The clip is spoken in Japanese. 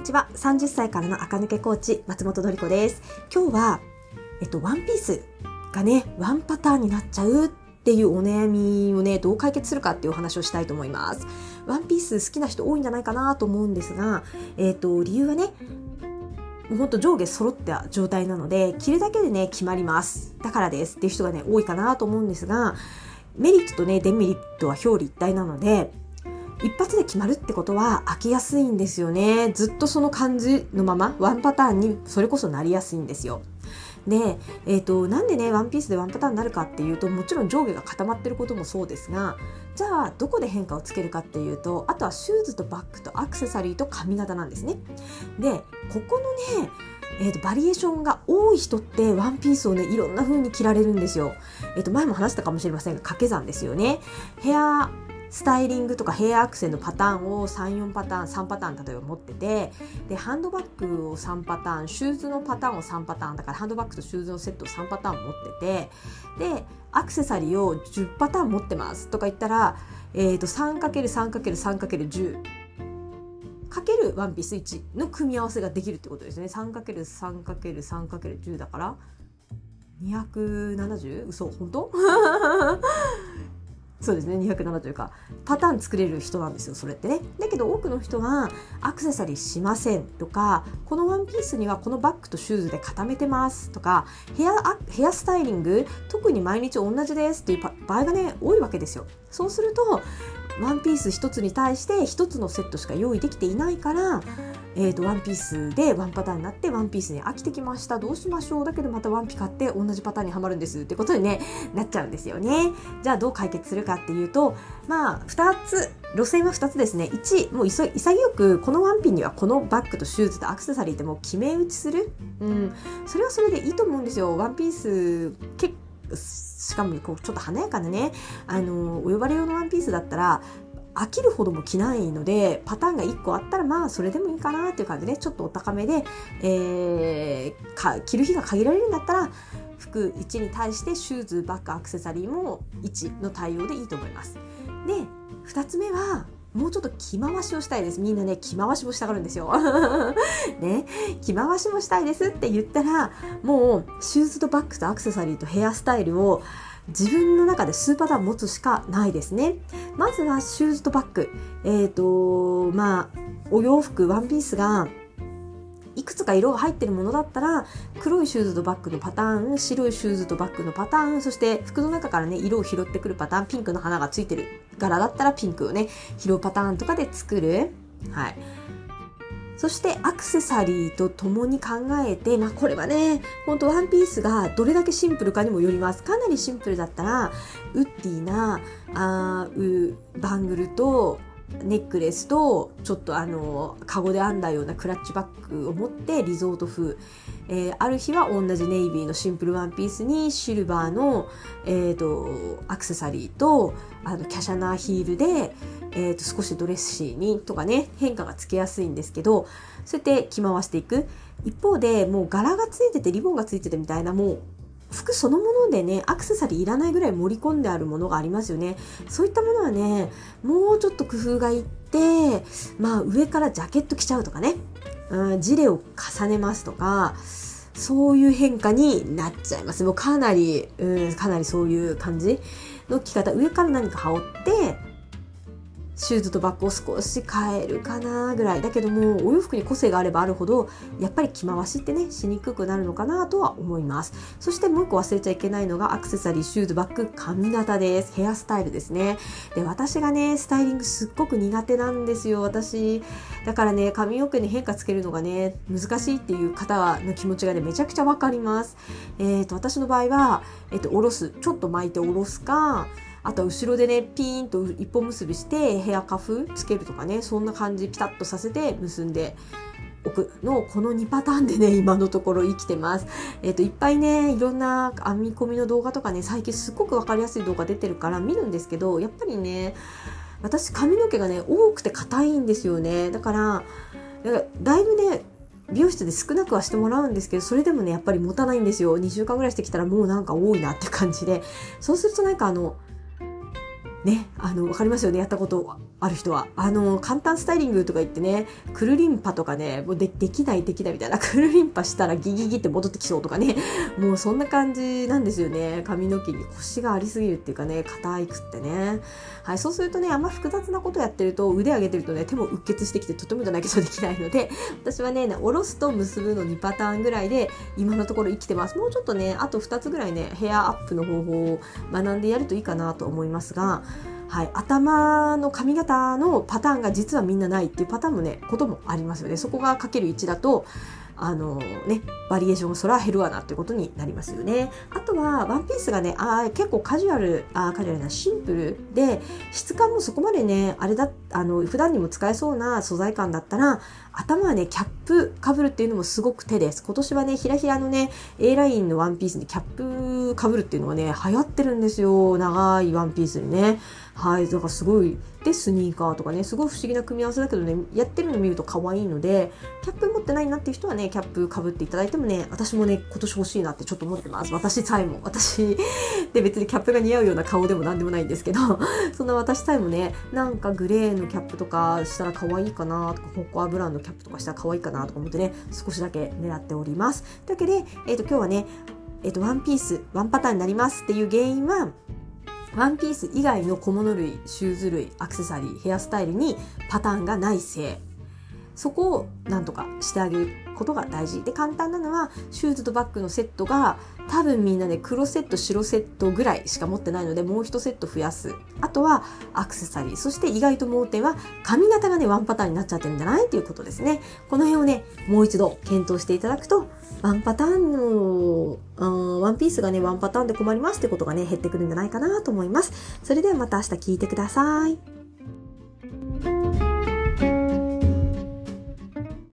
にちは。30歳からの垢抜けコーチ松本のり子です。今日はワンピースがねワンパターンになっちゃうっていうお悩みをねどう解決するかっていうお話をしたいと思います。ワンピース好きな人多いんじゃないかなと思うんですが、理由はねもうほんと上下揃った状態なので着るだけでね決まりますだからですっていう人がね多いかなと思うんですが、メリットとねデメリットは表裏一体なので一発で決まるってことは飽きやすいんですよね。ずっとその感じのままワンパターンにそれこそなりやすいんですよ。で、なんでねワンピースでワンパターンになるかっていうと、もちろん上下が固まってることもそうですが、じゃあどこで変化をつけるかっていうと、あとはシューズとバッグとアクセサリーと髪型なんですね。でここのねバリエーションが多い人ってワンピースをねいろんな風に着られるんですよ。前も話したかもしれませんが掛け算ですよね。ヘアスタイリングとかヘアアクセのパターンを3、4パターン、3パターン例えば持ってて、でハンドバッグを3パターン、シューズのパターンを3パターンだからハンドバッグとシューズのセットを3パターン持ってて、でアクセサリーを10パターン持ってますとか言ったら、3×3×3×10 かけるワンピース1の組み合わせができるってことですね。 3×3×3×10 だから270？ 嘘本当？そうですね、270かパターン作れる人なんですよそれってね。だけど多くの人はアクセサリーしませんとか、このワンピースにはこのバッグとシューズで固めてますとか、ヘアスタイリング特に毎日同じですっていう場合がね多いわけですよ。そうするとワンピース一つに対して一つのセットしか用意できていないから、ワンピースでワンパターンになってワンピースに飽きてきました、どうしましょう、だけどまたワンピ買って同じパターンにはまるんですってことに、ね、なっちゃうんですよね。じゃあどう解決するかっていうと、2つ路線は2つですね。1、もう潔くこのワンピにはこのバッグとシューズとアクセサリーってもう決め打ちする、それはそれでいいと思うんですよ。ワンピースしかもこうちょっと華やかなねお呼ばれ用のワンピースだったら飽きるほども着ないので、パターンが1個あったらそれでもいいかなっていう感じで、ちょっとお高めで、着る日が限られるんだったら服1に対してシューズバッグアクセサリーも1の対応でいいと思います。で2つ目はもうちょっと着回しをしたいです。みんなね着回しもしたがるんですよね、着回しもしたいですって言ったら、もうシューズとバッグとアクセサリーとヘアスタイルを自分の中で数パターン持つしかないですね。まずはシューズとバッグ、お洋服ワンピースがいくつか色が入ってるものだったら、黒いシューズとバッグのパターン、白いシューズとバッグのパターン、そして服の中からね色を拾ってくるパターン、ピンクの花がついてる柄だったらピンクをね拾うパターンとかで作る。はい。そしてアクセサリーとともに考えて、これはね本当ワンピースがどれだけシンプルかにもよります。かなりシンプルだったらウッディなバングルとネックレスとちょっとカゴで編んだようなクラッチバッグを持ってリゾート風、ある日は同じネイビーのシンプルワンピースにシルバーの、アクセサリーとキャシャナーヒールで、少しドレッシーにとかね変化がつけやすいんですけど、そうやって着回していく。一方でもう柄がついててリボンがついててみたいな、もう服そのものでねアクセサリーいらないぐらい盛り込んであるものがありますよね。そういったものはねもうちょっと工夫がいって、上からジャケット着ちゃうとかね、ジレを重ねますとか、そういう変化になっちゃいます。もうかなりそういう感じの着方、上から何か羽織ってシューズとバッグを少し変えるかなぐらいだけども、お洋服に個性があればあるほどやっぱり着回しってねしにくくなるのかなとは思います。そしてもう一個忘れちゃいけないのがアクセサリー、シューズ、バッグ、髪型です。ヘアスタイルですね。で私がねスタイリングすっごく苦手なんですよ。私だからね髪の毛に変化つけるのがね難しいっていう方の気持ちがねめちゃくちゃわかります。私の場合は下ろす、ちょっと巻いて下ろすか、あとは後ろでねピーンと一本結びしてヘアカフつけるとかね、そんな感じピタッとさせて結んでおくのこの2パターンでね今のところ生きてます。いっぱいねいろんな編み込みの動画とかね最近すっごく分かりやすい動画出てるから見るんですけど、やっぱりね私髪の毛がね多くて硬いんですよね。だからだいぶね美容室で少なくはしてもらうんですけど、それでもねやっぱり持たないんですよ。2週間ぐらいしてきたらもうなんか多いなって感じで、そうするとなんかわかりますよね。やったことある人は。簡単スタイリングとか言ってね、クルリンパとかね、もうできないみたいな、クルリンパしたらギギギって戻ってきそうとかね、もうそんな感じなんですよね。髪の毛にコシがありすぎるっていうかね、硬いくってね。はい、そうするとね、あんま複雑なことやってると、腕上げてるとね、手もうっ血してきてとてもじゃないけどできないので、私はね、下ろすと結ぶの2パターンぐらいで、今のところ生きてます。もうちょっとね、あと2つぐらいね、ヘアアップの方法を学んでやるといいかなと思いますが、はい、頭の髪型のパターンが実はみんなないっていうパターンもね、こともありますよね。そこがかける1だと、バリエーションそれは減るわなっていうことになりますよね。あとはワンピースがね、結構カジュアルなシンプルで、質感もそこまでね、普段にも使えそうな素材感だったら、頭はね、キャップ被るっていうのもすごく手です。今年はね、ひらひらのね、A ラインのワンピースにキャップ被るっていうのがね、流行ってるんですよ。長いワンピースにね。はい、だからすごい。で、スニーカーとかね、すごい不思議な組み合わせだけどね、やってるの見ると可愛いので、キャップ持ってないなっていう人はね、キャップ被っていただいてもね、私もね、今年欲しいなってちょっと思ってます。私で別にキャップが似合うような顔でもなんでもないんですけど、そんな私さえもね、なんかグレーのキャップとかしたら可愛いかなとか、ココアブラウンのキャップとかしたら可愛いかなとか思ってね、少しだけ狙っております。というわけで、今日はね、ワンピース、ワンパターンになりますっていう原因は、ワンピース以外の小物類、シューズ類、アクセサリー、ヘアスタイルにパターンがないせい。そこをなんとかしてあげることが大事で、簡単なのはシューズとバッグのセットが多分みんなね、黒セット白セットぐらいしか持ってないので、もう1セット増やす。あとはアクセサリー、そして意外と盲点は髪型がね、ワンパターンになっちゃってるんじゃないということですね。この辺をね、もう一度検討していただくと、ワンパターンのワンピースがね、ワンパターンで困りますってことがね、減ってくるんじゃないかなと思います。それではまた明日聞いてください。